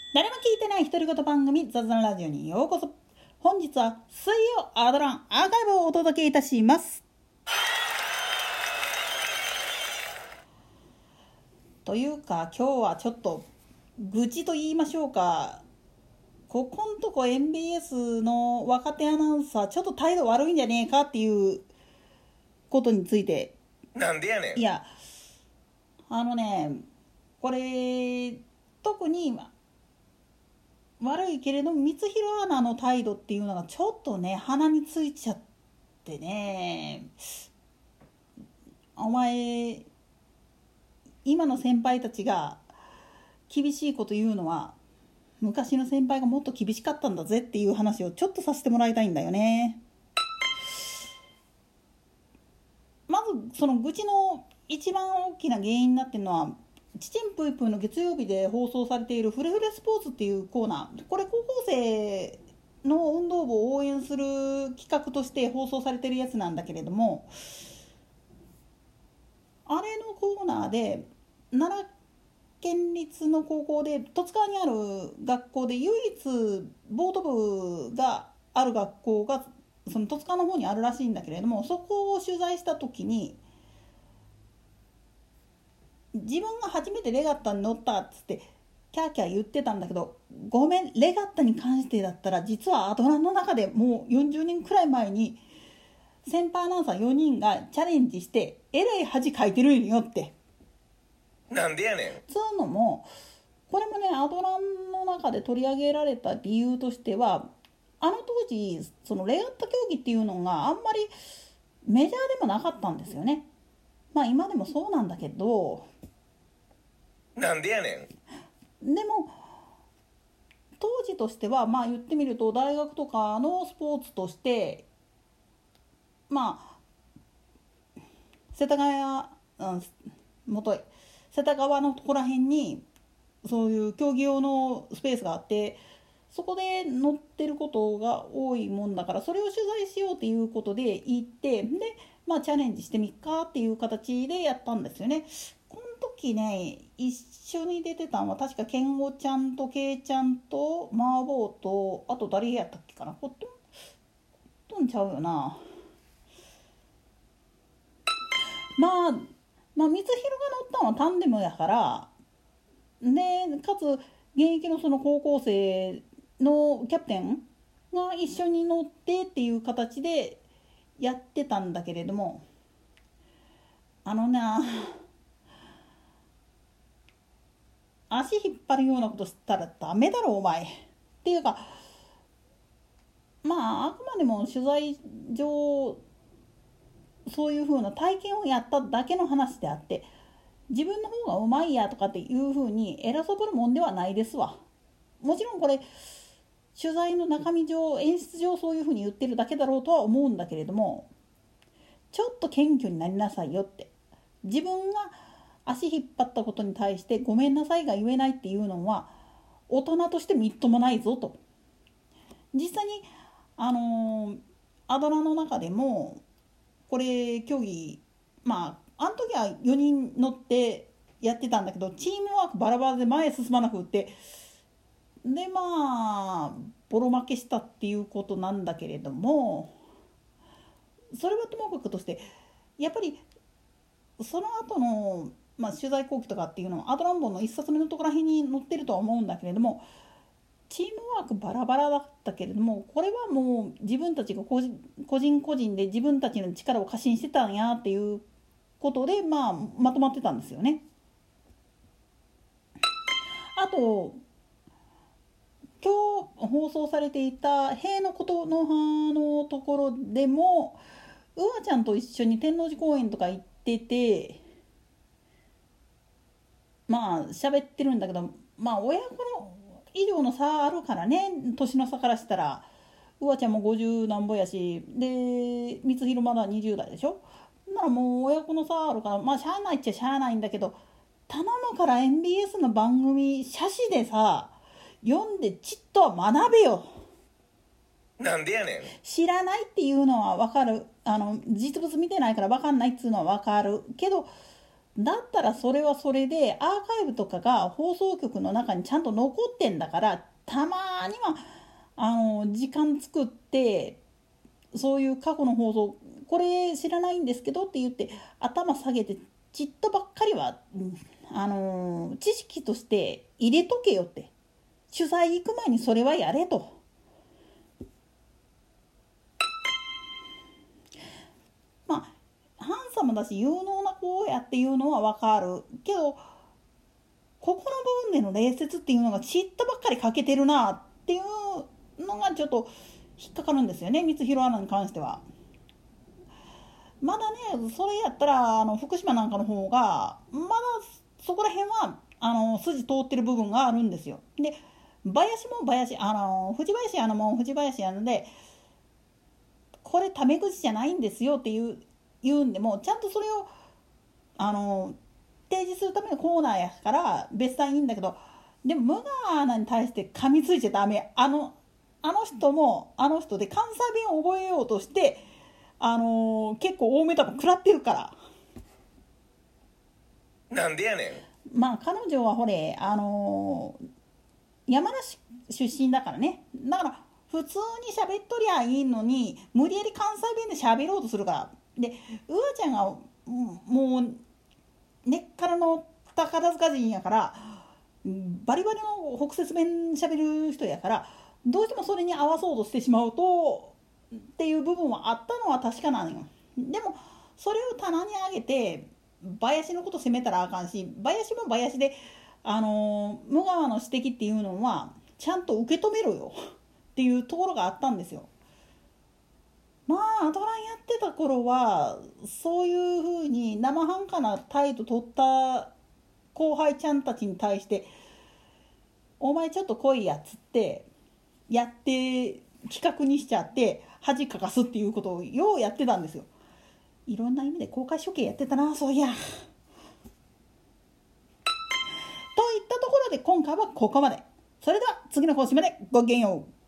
誰も聞いてない独り言番組雑談ラジオにようこそ。本日は水曜アドランアーカイブをお届けいたします。というか今日はちょっと愚痴と言いましょうか、ここんとこ MBS の若手アナウンサーちょっと態度悪いんじゃねえかっていうことについて。 なんでやねん。 いやこれ特に悪いけれども光弘アナの態度っていうのがちょっとね鼻についちゃってね、お前今の先輩たちが厳しいこと言うのは昔の先輩がもっと厳しかったんだぜっていう話をちょっとさせてもらいたいんだよね。まずその愚痴の一番大きな原因になってるのは、ちちんぷいぷいの月曜日で放送されているフレフレスポーツっていうコーナー、これ高校生の運動部を応援する企画として放送されてるやつなんだけれども、あれのコーナーで奈良県立の高校で十津川にある学校で唯一ボート部がある学校がその十津川の方にあるらしいんだけれども、そこを取材した時に自分が初めてレガッタに乗ったっつってキャーキャー言ってたんだけど、ごめん、レガッタに関してだったら実はアドランの中でもう40年くらい前に先輩アナウンサー4人がチャレンジしてえらい恥かいてるんよって。 なんでやねん。 そういうのもこれもねアドランの中で取り上げられた理由としては、あの当時そのレガッタ競技っていうのがあんまりメジャーでもなかったんですよね。まあ今でもそうなんだけど、 なんでやねんでも当時としてはまあ言ってみると大学とかのスポーツとしてまあ世田谷、世田川のとこら辺にそういう競技用のスペースがあって、そこで乗ってることが多いもんだから、それを取材しようっていうことで行って、でまあチャレンジしてみっかっていう形でやったんですよね。この時ね一緒に出てたのは確かケンゴちゃんとケイちゃんとマーボーと、あと誰やったっけかな、ほとんちゃうよな。まあ光弘が乗ったのはタンデムやから、でかつ現役のその高校生のキャプテンが一緒に乗ってっていう形でやってたんだけれども、足引っ張るようなことしたらダメだろお前っていうか、まああくまでも取材上そういう風な体験をやっただけの話であって、自分の方がうまいやとかっていう風に偉そぶるもんではないですわ。もちろんこれ取材の中身上演出上そういう風に言ってるだけだろうとは思うんだけれども、ちょっと謙虚になりなさいよって。自分が足引っ張ったことに対してごめんなさいが言えないっていうのは大人としてみっともないぞと。実際にアドラの中でもこれ競技あの時は4人乗ってやってたんだけど、チームワークバラバラで前へ進まなくって、でボロ負けしたっていうことなんだけれども、それはともかくとしてやっぱりその後の、取材後期とかっていうのはアドランボンの1冊目のところらへんに載ってるとは思うんだけれども、チームワークバラバラだったけれども、これはもう自分たちが個人個人で自分たちの力を過信してたんやっていうことでまとまってたんですよね。あと今日放送されていた塀のことの葉のところでもうわちゃんと一緒に天王寺公園とか行ってて喋ってるんだけど、親子の以上の差あるからね、年の差からしたら。うわちゃんも50なんぼやし、で光弘まだ20代でしょ。ならもう親子の差あるから、しゃあないっちゃしゃあないんだけど、頼むから MBS の番組写真でさ読んでちっとは学べよ。 なんでやねん。 知らないっていうのは分かる、実物見てないから分かんないっていうのは分かるけど、 だったらそれはそれでアーカイブとかが放送局の中にちゃんと残ってんだから、たまには時間作ってそういう過去の放送これ知らないんですけどって言って頭下げてちっとばっかりは、知識として入れとけよって、取材行く前にそれはやれと。まあハンサムだし有能な子やっていうのは分かるけど、ここの部分での礼節っていうのがちっとばっかり欠けてるなっていうのがちょっと引っかかるんですよね、光弘アナに関しては。まだねそれやったら福島なんかの方がまだそこら辺は筋通ってる部分があるんですよ。で林も林藤林も藤林なので、これタメ口じゃないんですよって言うんでもちゃんとそれを提示するためのコーナーやから別段いいんだけど、でも無我アナに対して噛みついちゃダメ。あの人もあの人で関西弁を覚えようとして結構大目玉食らってるから。 なんでやねん。まあ彼女はほれ山梨出身だからね。だから普通に喋っとりゃいいのに無理やり関西弁で喋ろうとするから。でうわちゃんがもう根っからの宝塚人やからバリバリの北摂弁喋る人やから、どうしてもそれに合わそうとしてしまうとっていう部分はあったのは確かなのよ。でもそれを棚に上げて林のこと責めたらあかんし、林も林で無川の指摘っていうのはちゃんと受け止めろよっていうところがあったんですよ。まあアトランやってた頃はそういうふうに生半可な態度取った後輩ちゃんたちに対してお前ちょっと来いやっつってやって企画にしちゃって恥かかすっていうことをようやってたんですよ。いろんな意味で公開処刑やってたなそういや。といったところで今回はここまで。それでは次の講師までごきげんよう。